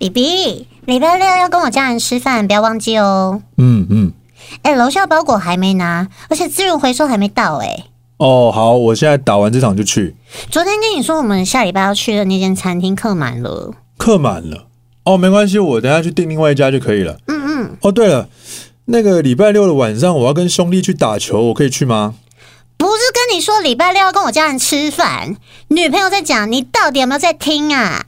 比比，礼拜六要跟我家人吃饭，不要忘记哦。楼下包裹还没拿，而且资源回收还没到哦，好，我现在打完这场就去。 昨天跟你说我们下礼拜要去的那间餐厅客满了。 客满了？哦，没关系，我等一下去订另外一家就可以了。哦，对了，那个礼拜六的晚上我要跟兄弟去打球，我可以去吗？ 不是跟你说礼拜六要跟我家人吃饭，女朋友在讲，你到底有没有在听啊？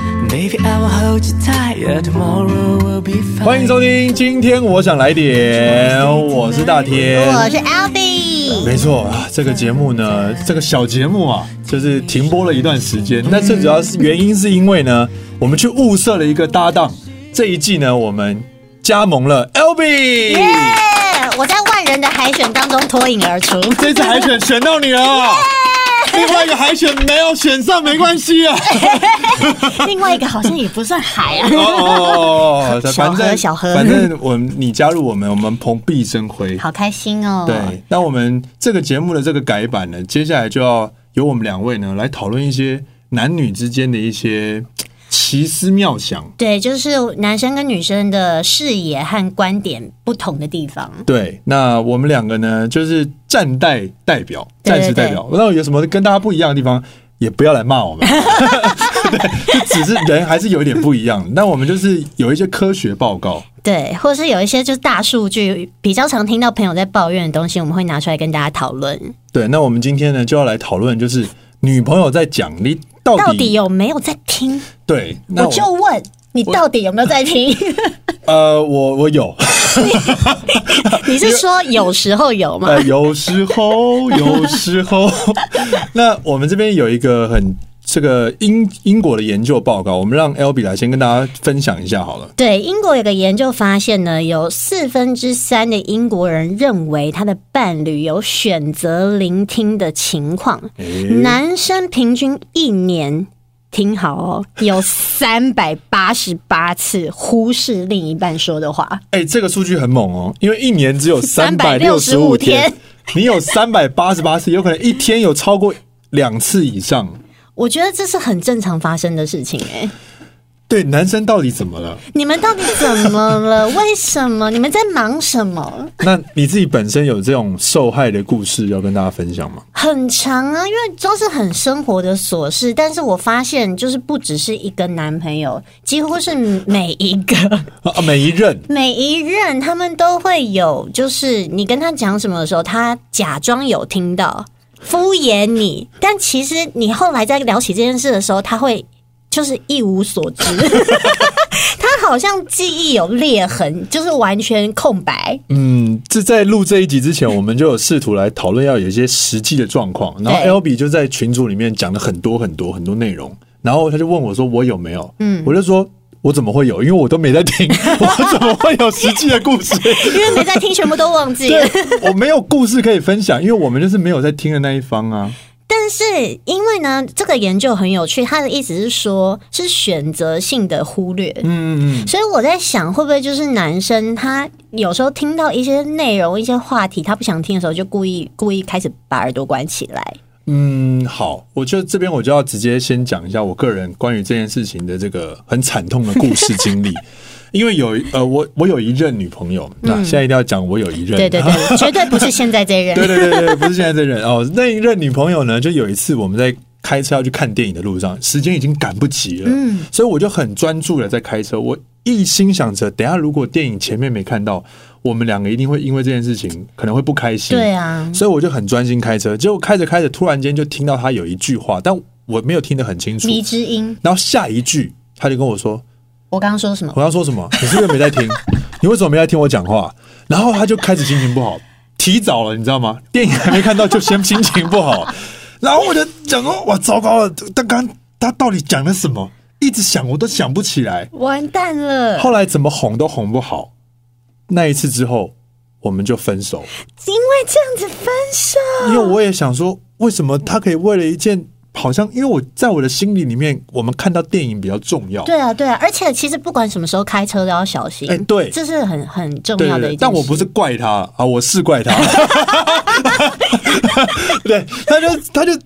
欢迎收听，今天我想来点，我是大天， 我是 Albee。 没错啊，这个节目呢，这个小节目啊，就是停播了一段时间，但最主要是原因是因为呢，我们去物色了一个搭档，这一季呢，我们加盟了 Albee。 我在万人的海选当中脱颖而出， 这次海选选到你了。另外一个海选没有选上没关系啊。 另外一个好像也不算海啊。 小河，反正你加入我们蓬荜生辉， 好开心哦。 对，那我们这个节目的这个改版呢，接下来就要由我们两位呢来讨论一些男女之间的一些奇思妙想。 对，就是男生跟女生的视野和观点不同的地方。 对，那我们两个呢，就是战士代表。那有什么跟大家不一样的地方，也不要来骂我们。对，就只是人还是有一点不一样。那我们就是有一些科学报告， 对，或是有一些就是大数据，比较常听到朋友在抱怨的东西，我们会拿出来跟大家讨论。 对，那我们今天呢就要来讨论，就是女朋友在讲你到底有没有在听？ 对， 我就问你到底有没有在听？ 我有。 你是说有时候有吗？ 有时候。那我们这边有一个这个英国的研究报告，我们让 Albee 来先跟大家分享一下好了。 对，英国有个研究发现呢，有3%的英国人认为他的伴侣有选择聆听的情况。男生平均一年，听好哦，有388次忽视另一半说的话。 这个数据很猛哦，因为一年只有365天，你有388次，有可能一天有超过2次以上。 我觉得这是很正常发生的事情对，男生到底怎么了？ 你们到底怎么了？为什么？你们在忙什么？ 那你自己本身有这种受害的故事要跟大家分享吗？ 很长啊，因为都是很生活的琐事。但是我发现，就是不只是一个男朋友，几乎是每一个每一任他们都会有，就是你跟他讲什么的时候，他假装有听到，敷衍你，但其实你后来在聊起这件事的时候，他会就是一无所知。他好像记忆有裂痕，就是完全空白。 这在录这一集之前，我们就有试图来讨论要有一些实际的状况，然后 Albee 就在群组里面讲了很多内容，然后他就问我说我有没有？我就说我怎么会有？因为我都没在听，我怎么会有实际的故事？ 因为没在听，全部都忘记了。 对，我没有故事可以分享，因为我们就是没有在听的那一方啊。 但是因为呢，这个研究很有趣，他的意思是说，是选择性的忽略。所以我在想，会不会就是男生他有时候听到一些内容、一些话题，他不想听的时候，就故意开始把耳朵关起来。 好，我就这边我就要直接先讲一下我个人关于这件事情的这个很惨痛的故事经历。因为我有一任女朋友，那现在一定要讲我有一任， 对，绝对不是现在这任， 对，不是现在这任哦。那一任女朋友呢，就有一次我们在开车要去看电影的路上，时间已经赶不及了，所以我就很专注的在开车，我一心想着，等一下如果电影前面没看到，我们两个一定会因为这件事情可能会不开心， 对啊， 所以我就很专心开车，结果开着开着，突然间就听到他有一句话，但我没有听得很清楚， 迷之音， 然后下一句他就跟我说。 我刚刚说什么？ 你是不是没在听？你为什么没在听我讲话？然后他就开始心情不好，提早了，你知道吗？电影还没看到就先心情不好，然后我就讲说：“哇，糟糕了！他到底讲了什么？一直想我都想不起来， 完蛋了。” 后来怎么哄都哄不好。那一次之后，我们就分手。 因为这样子分手？ 因为我也想说，为什么他可以为了一件？好像因为我在我的心里面，我们看到电影比较重要。 对啊，而且其实不管什么时候开车都要小心。 对， 这是很重要的一件事。 但我不是怪他啊，我是怪他。对，他就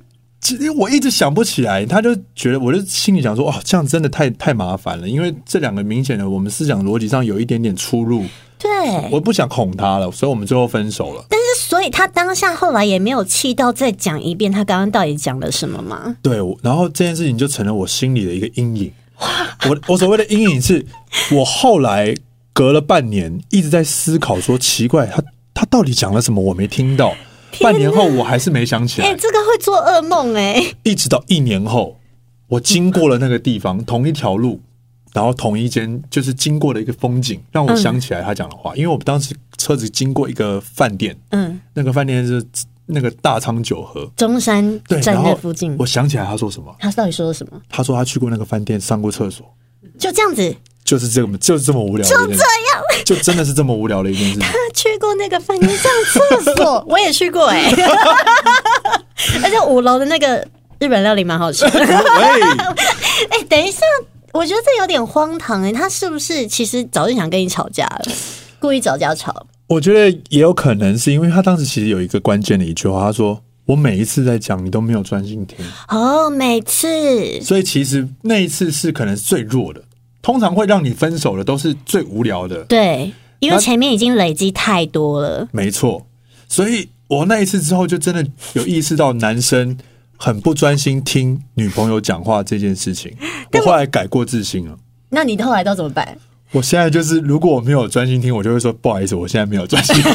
其实我一直想不起来，他就觉得，我就心里想说，这样真的太麻烦了，因为这两个明显的我们思想逻辑上有一点点出入。 对， 我不想哄他了，所以我们最后分手了。 但是，所以他当下后来也没有气到再讲一遍他刚刚到底讲了什么吗？ 对，然后这件事情就成了我心里的一个阴影。我所谓的阴影是，我后来隔了半年一直在思考说，奇怪，他到底讲了什么我没听到。半年后我还是没想起来， 这个会做噩梦一直到1年后，我经过了那个地方，同一条路，然后同一间就是经过的一个风景，让我想起来他讲的话。因为我当时车子经过一个饭店，那个饭店是那个大昌九和中山站那附近。 我想起来他说什么， 他到底说了什么？ 他说他去过那个饭店上过厕所， 就这样子。 就是这么无聊的， 就这样， 就真的是这么无聊的一件事情。 他去过那个饭店上厕所，我也去过而且5楼的那个日本料理蛮好吃的。等一下，我觉得这有点荒唐他是不是其实早就想跟你吵架了，故意找架吵？ 我觉得也有可能是因为他当时其实有一个关键的一句话，他说：“我每一次在讲，你都没有专心听。” 每次。 所以其实那一次是可能最弱的。通常会让你分手的都是最无聊的， 对，因为前面已经累积太多了。 没错，所以我那一次之后就真的有意识到男生很不专心听女朋友讲话这件事情。我后来改过自新了。 那你后来都怎么办？ 我现在就是如果我没有专心听，我就会说不好意思，我现在没有专心听。 你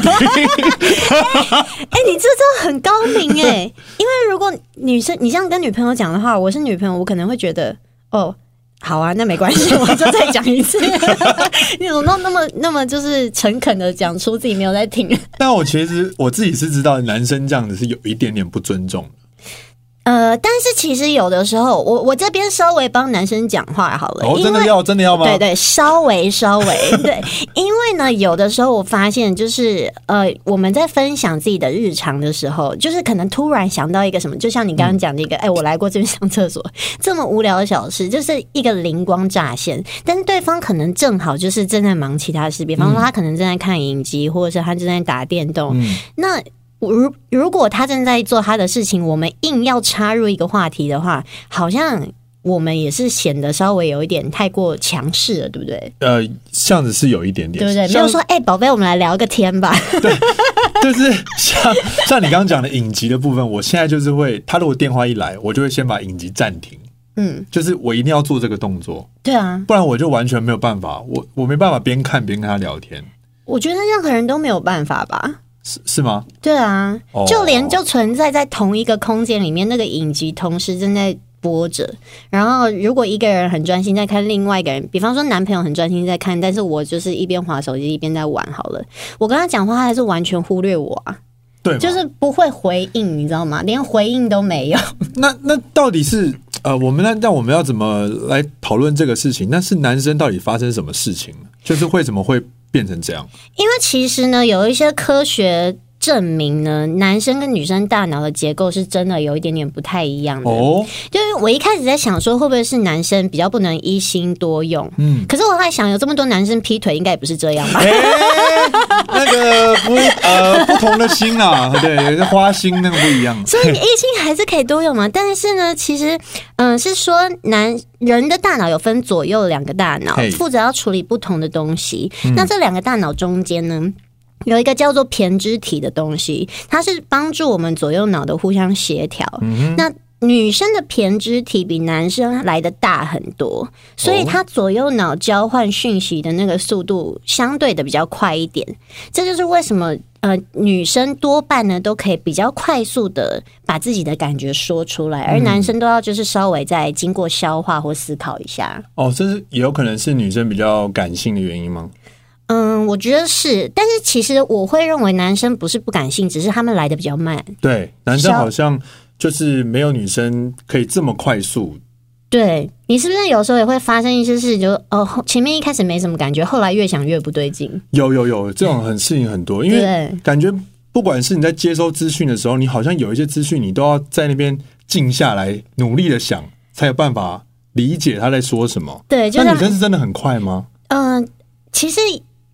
这招很高明因为如果女生你这样跟女朋友讲的话，我是女朋友，我可能会觉得好啊，那没关系，我就再讲一次。你怎么那么就是诚恳的讲出自己没有在听？ 但其实我自己是知道，男生这样子是有一点点不尊重的。 但是其实有的时候，我这边稍微帮男生讲话好了。 真的要吗？ 对，稍微对，因为呢，有的时候我发现就是我们在分享自己的日常的时候，就是可能突然想到一个什么，就像你刚刚讲的一个，我来过这边上厕所，这么无聊的小事，就是一个灵光乍现，但是对方可能正好就是正在忙其他事，比方说他可能正在看影集，或者是他正在打电动，那。如果他正在做他的事情，我们硬要插入一个话题的话，好像我们也是显得稍微有一点太过强势了，对不对？ 这样子是有一点点， 对不对？没有说宝贝，我们来聊个天吧。 对，就是像你刚刚讲的影集的部分，我现在就是会，他如果电话一来，我就会先把影集暂停。就是我一定要做这个动作。 对啊， 不然我就完全没有办法，我没办法边看边跟他聊天。 我觉得任何人都没有办法吧。 是吗？ 对啊，就连就存在在同一个空间里面，那个影集同时正在播着，然后如果一个人很专心在看，另外一个人，比方说男朋友很专心在看，但是我就是一边滑手机一边在玩好了，我跟他讲话，他还是完全忽略我啊。 对， 就是不会回应，你知道吗？连回应都没有。 那到底是我们要怎么来讨论这个事情？那是男生到底发生什么事情？就是为什么会变成这样？ 因为其实呢，有一些科学证明呢，男生跟女生大脑的结构是真的有一点点不太一样的。就是我一开始在想说，会不会是男生比较不能一心多用？可是我后来想，有这么多男生劈腿，应该也不是这样吧？ 那个不同的心啊，对，花心那个不一样。 所以你一心还是可以多用嘛？但是呢，其实是说人的大脑有分左右2个大脑，负责要处理不同的东西。那这2个大脑中间呢，有一个叫做胼胝体的东西，它是帮助我们左右脑的互相协调。那女生的胼胝体比男生来的大很多，所以它左右脑交换讯息的那个速度相对的比较快一点。这就是为什么女生多半呢都可以比较快速的把自己的感觉说出来，而男生都要就是稍微再经过消化或思考一下。这是也有可能是女生比较感性的原因吗？ 我觉得是，但是其实我会认为男生不是不感性，只是他们来的比较慢。对， 男生好像就是没有女生可以这么快速。 对，你是不是有时候也会发生一些事，就前面一开始没什么感觉，后来越想越不对劲？有这种事情很多，因为感觉不管是你在接收资讯的时候，你好像有一些资讯你都要在那边静下来，努力的想，才有办法理解他在说什么。对，那女生是真的很快吗？ 其实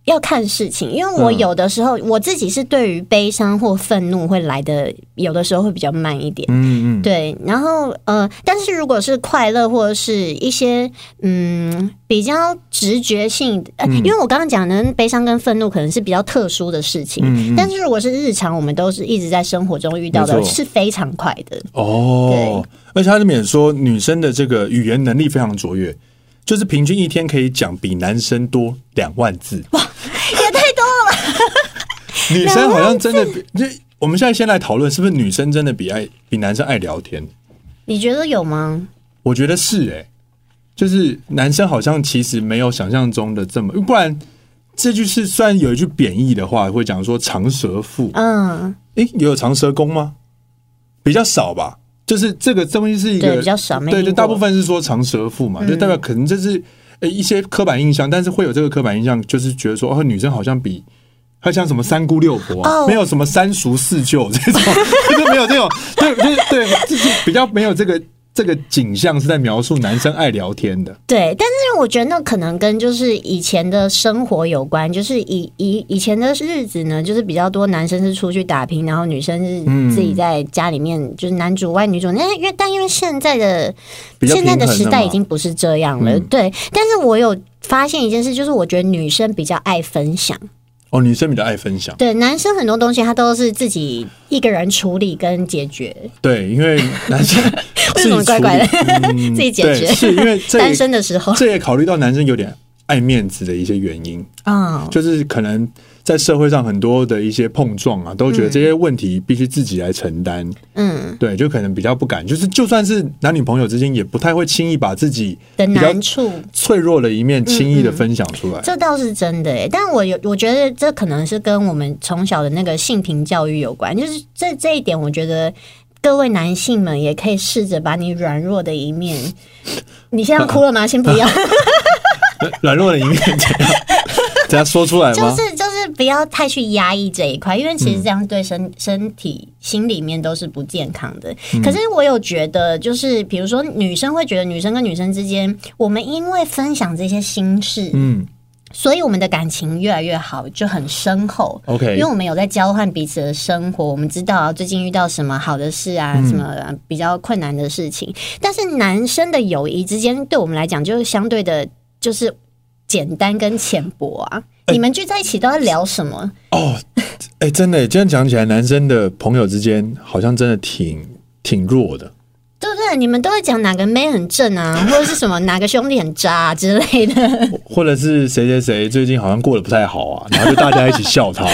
要看事情，因为我有的时候我自己是对于悲伤或愤怒会来的，有的时候会比较慢一点。对。然后但是如果是快乐或者是一些比较直觉性，因为我刚刚讲的悲伤跟愤怒可能是比较特殊的事情，但是如果是日常我们都是一直在生活中遇到的，是非常快的。 对。而且他这边也说，女生的这个语言能力非常卓越。就是平均一天可以讲比男生多2万字， 哇，也太多了吧！ 女生好像真的就我们现在先来讨论，是不是女生真的比男生爱聊天？你觉得有吗？ 我觉得是就是男生好像其实没有想象中的这么，不然这句是虽然有一句贬义的话，会讲说长舌妇，也有长舌公吗？比较少吧。就是这个东西是一个比较少， 对，就大部分是说长舌妇嘛，就代表可能这是一些刻板印象，但是会有这个刻板印象，就是觉得说女生好像比还像什么三姑六婆没有什么三叔四舅这种，就是没有这种，对，就是比较没有这个景象是在描述男生爱聊天的。 对，但是我觉得那可能跟就是以前的生活有关，就是以前的日子呢，就是比较多男生是出去打拼，然后女生是自己在家里面，就是男主外女主内。但因为现在的时代已经不是这样了，对。但是我有发现一件事，就是我觉得女生比较爱分享。 女生比较爱分享， 对，男生很多东西他都是自己一个人处理跟解决。 对，因为男生为什么怪怪的自己解决？ 是因为单身的时候， 这也考虑到男生有点爱面子的一些原因就是可能在社会上很多的一些碰撞啊，都觉得这些问题必须自己来承担。对，就可能比较不敢，就是就算是男女朋友之间，也不太会轻易把自己的难处、 脆弱的一面轻易的分享出来。 这倒是真的但我觉得这可能是跟我们从小的那个性平教育有关，就是这一点，我觉得各位男性们也可以试着把你软弱的一面，你现在哭了吗？先不要。 软弱的一面怎样说出来吗？ 就是不要太去压抑这一块，因为其实这样对身体、心里面都是不健康的。可是我有觉得，就是比如说女生会觉得，女生跟女生之间，我们因为分享这些心事，所以我们的感情越来越好，就很深厚。 OK， 因为我们有在交换彼此的生活，我们知道最近遇到什么好的事啊，什么比较困难的事情。但是男生的友谊之间，对我们来讲，就是相对的，就是简单跟浅薄啊。你们聚在一起都在聊什么？ 真的，这样讲起来，男生的朋友之间好像真的挺弱的。 对不对？你们都会讲哪个妹很正啊，或者是什么哪个兄弟很渣之类的， 或者是谁谁谁最近好像过得不太好啊，然后就大家一起笑他。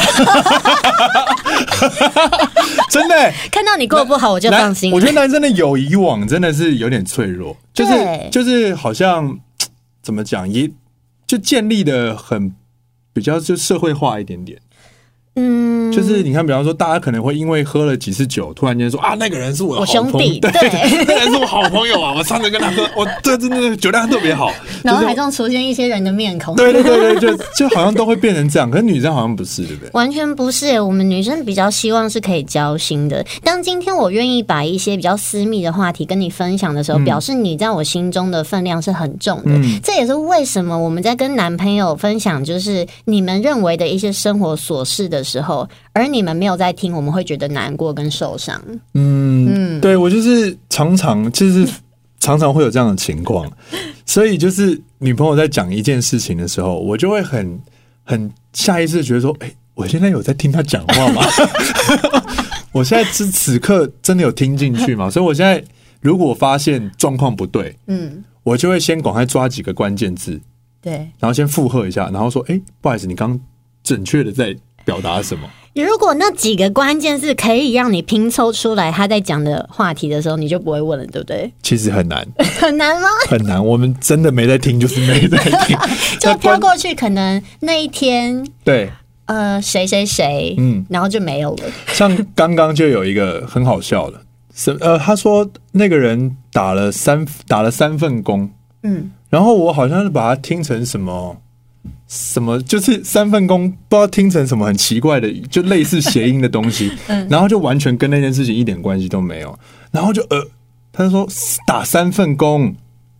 真的看到你过得不好，我就放心。 我觉得男生的友谊网真的是有点脆弱，就是好像怎么讲，也就建立的很比较就社会化一点点。就是你看，比方说，大家可能会因为喝了几次酒，突然间说那个人是我的好兄弟， 对，那个人是我好朋友啊，我上次跟他喝，我这真的酒量特别好， 脑海中出现一些人的面孔， 对，就好像都会变成这样，可是女生好像不是，对不对？ 完全不是，我们女生比较希望是可以交心的。当今天我愿意把一些比较私密的话题跟你分享的时候，表示你在我心中的分量是很重的。这也是为什么我们在跟男朋友分享，就是你们认为的一些生活琐事的时候，而你们没有在听，我们会觉得难过跟受伤。 对，我就是常常会有这样的情况，所以就是女朋友在讲一件事情的时候，我就会很下意识觉得说，我现在有在听她讲话吗？我现在此刻真的有听进去吗？所以我现在如果发现状况不对，我就会先赶快抓几个关键字，对，然后先附和一下，然后说，不好意思，你刚准确的在表达什么？ 如果那几个关键字可以让你拼凑出来他在讲的话题的时候，你就不会问了，对不对？ 其实很难。 很难吗？ 很难，我们真的没在听，就是没在听。 就飘过去，可能那一天对谁谁谁然后就没有了。 像刚刚就有一个很好笑的，他说那个人打了三份工，然后我好像是把它听成什么就是3份工，不知道听成什么很奇怪的，就类似谐音的东西，然后就完全跟那件事情一点关系都没有。然后就他就说打3份工，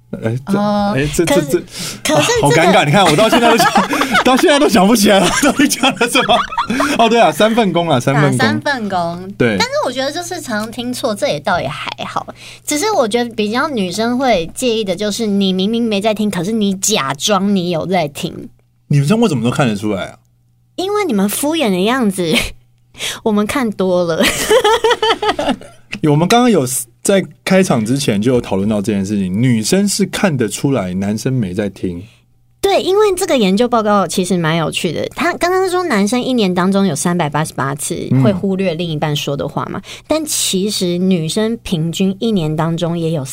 可是好尴尬！你看，我到现在都想不起来了，到底讲了什么？哦，对啊，三份工，对。 但是我觉得就是常常听错，这也倒也还好。只是我觉得比较女生会介意的就是你明明没在听，可是你假装你有在听。 女生为什么都看得出来啊？ 因为你们敷衍的样子，我们看多了。 我们刚刚有在开场之前就有讨论到这件事情，女生是看得出来男生没在听。 对，因为这个研究报告其实蛮有趣的。他刚刚说男生一年当中有388次会忽略另一半说的话嘛，但其实女生平均一年当中也有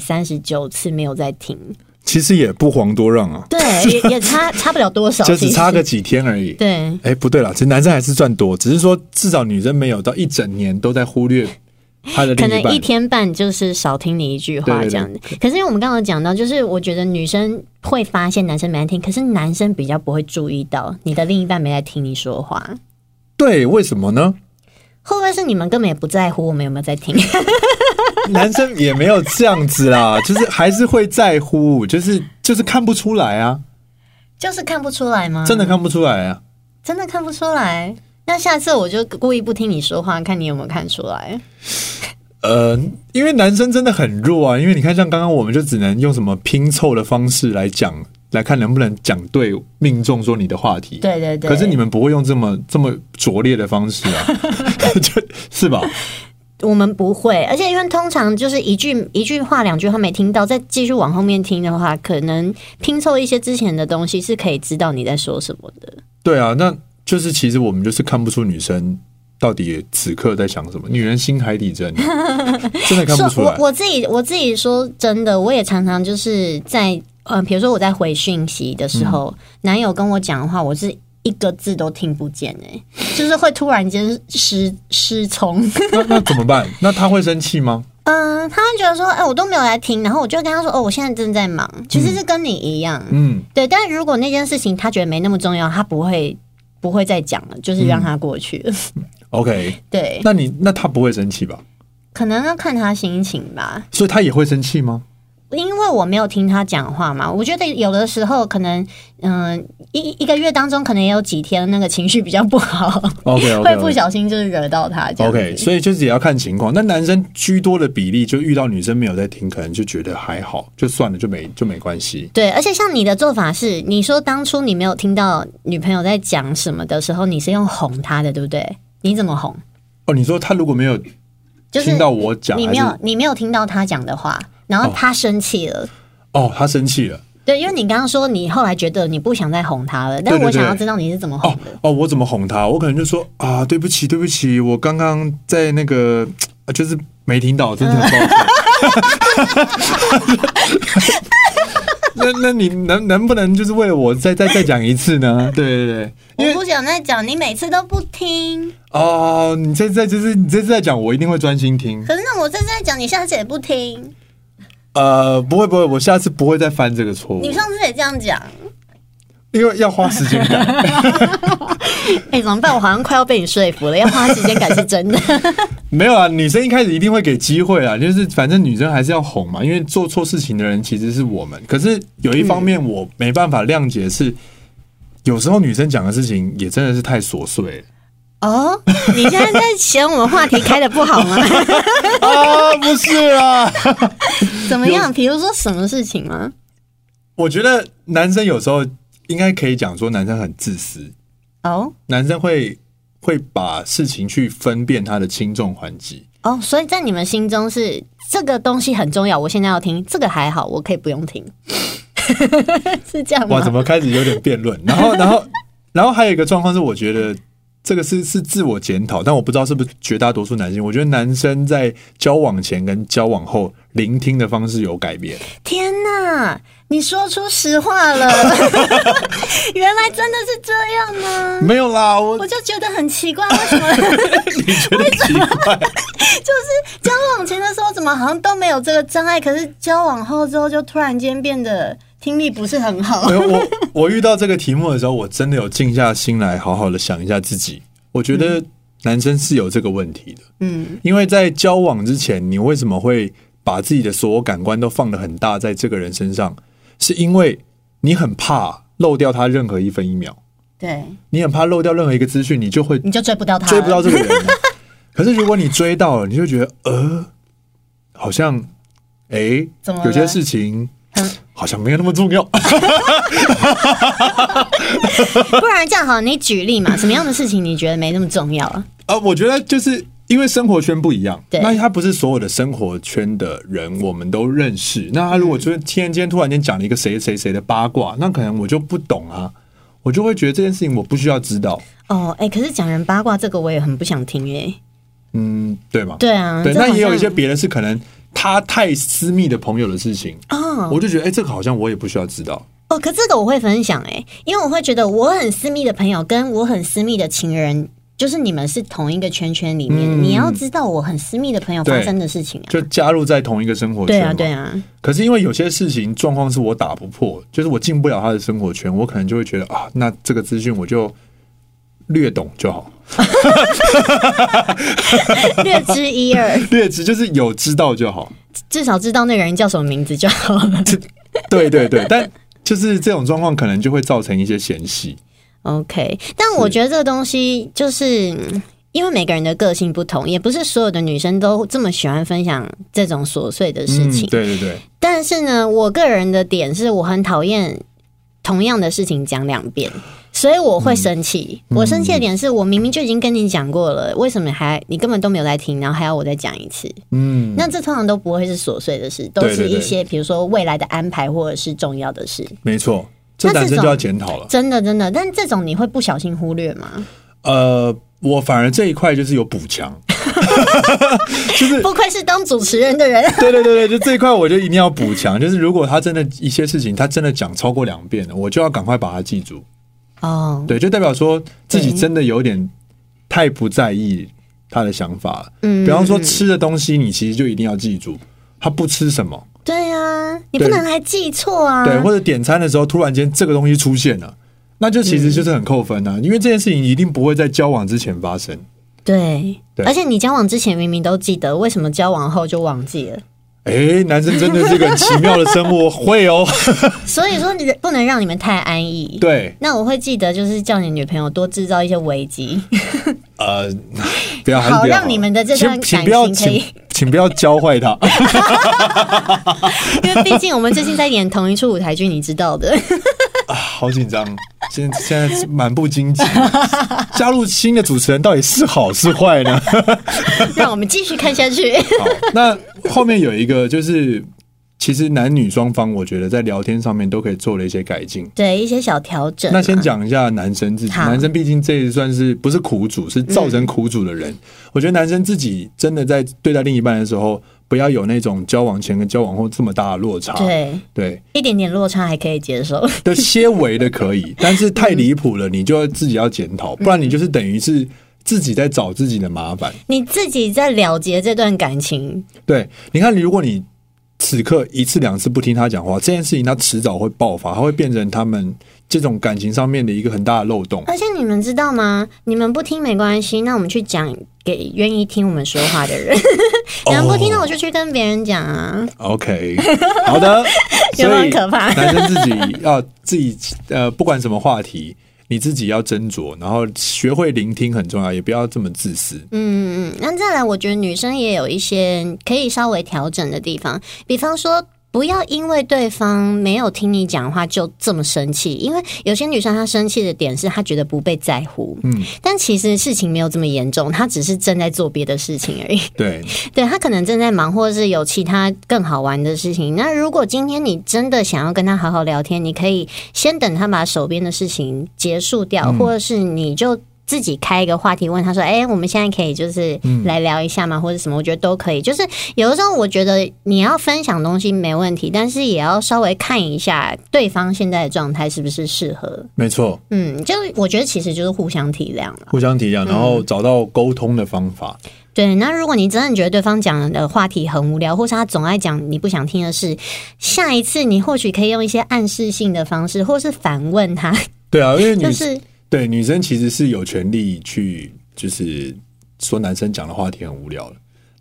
339次没有在听。 其实也不遑多让啊， 对，也差不了多少， 就只差个几天而已。 对， 不对啦，其实男生还是赚多，只是说至少女生没有到一整年都在忽略他的另一半， 可能一天半就是少听你一句话这样子。可是因为我们刚刚讲到，就是我觉得女生会发现男生没在听，可是男生比较不会注意到你的另一半没在听你说话。 对，为什么呢？ 会不会是你们根本也不在乎我们有没有在听？ 男生也没有这样子啦，就是还是会在乎，就是看不出来啊。 就是看不出来吗？ 真的看不出来啊， 真的看不出来。那下次我就故意不听你说话，看你有没有看出来。 因为男生真的很弱啊，因为你看像刚刚我们就只能用什么拼凑的方式来讲，来看能不能讲对命中说你的话题。 对对对。 可是你们不会用这么拙劣的方式啊，是吧？ 我们不会，而且因为通常就是一句话两句话没听到，再继续往后面听的话，可能拼凑一些之前的东西是可以知道你在说什么的。 对啊，那就是其实我们就是看不出女生到底此刻在想什么，女人心海底针，真的看不出来。 我自己说真的，我也常常就是在比如说我在回讯息的时候，男友跟我讲的话，我是一个字都听不见就是会突然间失聪。 那怎么办？那他会生气吗？ 他会觉得说，我都没有来听，然后我就跟他说，我现在正在忙，其实是跟你一样，对。但如果那件事情他觉得没那么重要，他不会再讲了，就是让他过去了。 OK， 对。 那他不会生气吧？ 可能要看他心情吧。 所以他也会生气吗？ 因为我没有听他讲话嘛，我觉得有的时候可能，一个月当中可能也有几天那个情绪比较不好 ，OK， 会不小心就是惹到他这样子。 OK， 所以就是也要看情况。那男生居多的比例，就遇到女生没有在听，可能就觉得还好，就算了，就没关系。 对，而且像你的做法是，你说当初你没有听到女朋友在讲什么的时候，你是用哄她的，对不对？你怎么哄？ 你说他如果没有听到我讲， 你没有听到他讲的话。然后他生气了， 他生气了。 对，因为你刚刚说你后来觉得你不想再哄他了，但我想要知道你是怎么哄的。 我怎么哄他？我可能就说对不起，我刚刚在那个就是没听到，真的很抱歉。那你能不能就是为了我再讲一次呢？对， 我不想再讲，你每次都不听。 你这次在讲，我一定会专心听。 可是那我这次在讲，你下次也不听。 不会，我下次不会再犯这个错误。 你上次也这样讲， 因为要花时间感。 怎么办？我好像快要被你说服了，要花时间感是真的。 没有啊，女生一开始一定会给机会啊，就是反正女生还是要哄嘛，因为做错事情的人其实是我们。可是有一方面我没办法谅解是，有时候女生讲的事情也真的是太琐碎了。 你现在在嫌我们话题开得不好吗？ 不是啊。 怎么样？比如说什么事情吗？ 我觉得男生有时候应该可以讲说，男生很自私。男生会把事情去分辨它的轻重缓急。 所以在你们心中是这个东西很重要，我现在要听，这个还好，我可以不用听。是这样吗？ 哇，怎么开始有点辩论？然后还有一个状况是，我觉得这个是自我检讨，但我不知道是不是绝大多数男性。我觉得男生在交往前跟交往后聆听的方式有改变。 天哪，你说出实话了！原来真的是这样吗？ 没有啦，我就觉得很奇怪，为什么？ 你觉得奇怪？ 就是交往前的时候怎么好像都没有这个障碍，可是交往后之后就突然间变得听力不是很好。 我遇到这个题目的时候，我真的有静下心来好好的想一下自己。我觉得男生是有这个问题的，因为在交往之前，你为什么会把自己的所有感官都放得很大在这个人身上，是因为你很怕漏掉他任何一分一秒。 对， 你很怕漏掉任何一个资讯，你就追不到他， 追不到这个人了。可是如果你追到了，你就觉得好像有些事情好像没有那么重要。不然这样好，你举例嘛，什么样的事情你觉得没那么重要啊？ 我觉得就是因为生活圈不一样， 对， 那他不是所有的生活圈的人我们都认识。那他如果就是突然间讲了一个谁谁谁的八卦，那可能我就不懂啊，我就会觉得这件事情我不需要知道。可是讲人八卦这个我也很不想听对吗？ 对啊， 对，那也有一些别的是可能他太私密的朋友的事情我就觉得这个好像我也不需要知道。 可这个我会分享因为我会觉得我很私密的朋友跟我很私密的情人，就是你们是同一个圈圈里面，你要知道我很私密的朋友发生的事情就加入在同一个生活圈。 对啊。 可是因为有些事情状况是我打不破，就是我进不了他的生活圈，我可能就会觉得那这个资讯我就略懂就好。 略知一二， 略知就是有知道就好， 至少知道那个人叫什么名字就好了。 对，但就是这种状况可能就会造成一些嫌隙。 OK， 但我觉得这个东西就是因为每个人的个性不同，也不是所有的女生都这么喜欢分享这种琐碎的事情。 对。 但是呢，我个人的点是我很讨厌同样的事情讲2遍。所以我会生气，我生气的点是我明明就已经跟你讲过了，为什么你根本都没有在听，然后还要我再讲一次？那这通常都不会是琐碎的事，都是一些比如说未来的安排或者是重要的事。 没错，这男生就要检讨了， 真的。但这种你会不小心忽略吗？ 我反而这一块就是有补强。就是不愧是当主持人的人。 对，就这一块我就一定要补强。就是如果他真的一些事情他真的讲超过2遍了，我就要赶快把它记住。对，就代表说自己真的有点太不在意他的想法了。比方说吃的东西，你其实就一定要记住他不吃什么。 对啊，你不能还记错啊。 对，或者点餐的时候突然间这个东西出现了，那就其实就是很扣分啊，因为这件事情一定不会在交往之前发生。 对，而且你交往之前明明都记得，为什么交往后就忘记了？ 男生真的是个很奇妙的生物，会所以说你不能让你们太安逸。 对， 那我会记得就是叫你女朋友多制造一些危机。 不要， 好让你们的这段感情可以， 请不要教坏他。 因为毕竟我们最近在演同一出舞台剧，你知道的。 好紧张，现在满不经济。加入新的主持人到底是好是坏呢？ 让我们继续看下去。 好，那后面有一个就是其实男女双方我觉得在聊天上面都可以做了一些改进， 对，一些小调整。 那先讲一下男生自己，男生毕竟这也算是不是苦主，是造成苦主的人。我觉得男生自己真的在对待另一半的时候，不要有那种交往前跟交往后这么大的落差。对， 一点点落差还可以接受， 的些微的可以，但是太离谱了，你就自己要检讨，不然你就是等于是自己在找自己的麻烦， 你自己在了结这段感情。 对，你看，如果你此刻1次2次不听他讲话，这件事情他迟早会爆发，他会变成他们这种感情上面的一个很大的漏洞。 而且你们知道吗？你们不听没关系，那我们去讲给愿意听我们说话的人。你们不听，那我就去跟别人讲啊。 OK， 好的。 有没有很可怕？ 男生自己不管什么话题，你自己要斟酌，然后学会聆听很重要，也不要这么自私。 那再来，我觉得女生也有一些可以稍微调整的地方，比方说，不要因为对方没有听你讲话就这么生气，因为有些女生她生气的点是她觉得不被在乎，但其实事情没有这么严重，她只是正在做别的事情而已。对，她可能正在忙，或者是有其他更好玩的事情。那如果今天你真的想要跟她好好聊天，你可以先等她把手边的事情结束掉，或者是你就自己开一个话题问他说我们现在可以就是来聊一下吗或者什么，我觉得都可以。就是有的时候我觉得你要分享东西没问题，但是也要稍微看一下对方现在的状态是不是适合。没错，就我觉得其实就是互相体谅了，互相体谅，然后找到沟通的方法。对，那如果你真的觉得对方讲的话题很无聊，或是他总爱讲你不想听的事，下一次你或许可以用一些暗示性的方式，或是反问他。对啊，因为就是对女生其实是有权利去就是说男生讲的话题很无聊的，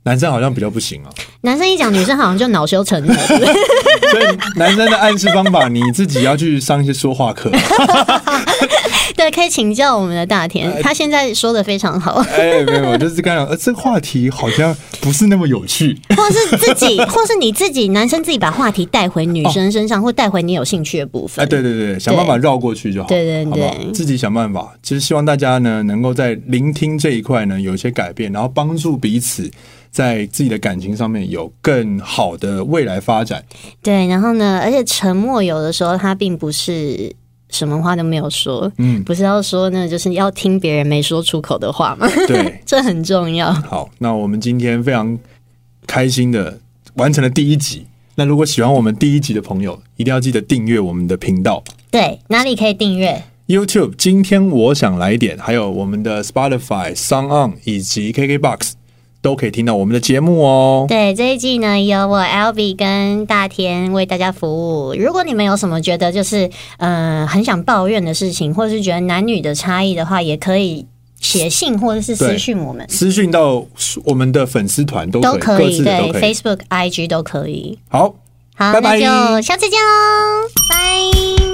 男生好像比较不行啊。 男生一讲，女生好像就恼羞成怒。 所以男生的暗示方法，你自己要去上一些说话课。 对，可以请教我们的大田，他现在说的非常好。 没有，就是刚刚这个话题好像不是那么有趣， 或是你自己，男生自己把话题带回女生身上，或带回你有兴趣的部分。 对，想办法绕过去就好。 对， 好不好？自己想办法。其实希望大家呢，能够在聆听这一块呢有一些改变，然后帮助彼此在自己的感情上面有更好的未来发展。 对，然后呢，而且沉默有的时候它并不是什么话都没有说，不是要说呢，就是要听别人没说出口的话嘛。 对， 这很重要。 好，那我们今天非常开心的完成了第1集。那如果喜欢我们第1集的朋友，一定要记得订阅我们的频道。 对，哪里可以订阅 ？YouTube 今天我想来点，还有我们的 Spotify、SoundOn 以及 KKBOX。都可以听到我们的节目哦。 对，这一季呢有我 Albee 跟大田为大家服务。如果你们有什么觉得就是很想抱怨的事情，或者是觉得男女的差异的话，也可以写信或者是私讯我们， 私讯到我们的粉丝团都可以， 对 Facebook、IG 都可以。 好， 拜拜，那就下次见喽，拜。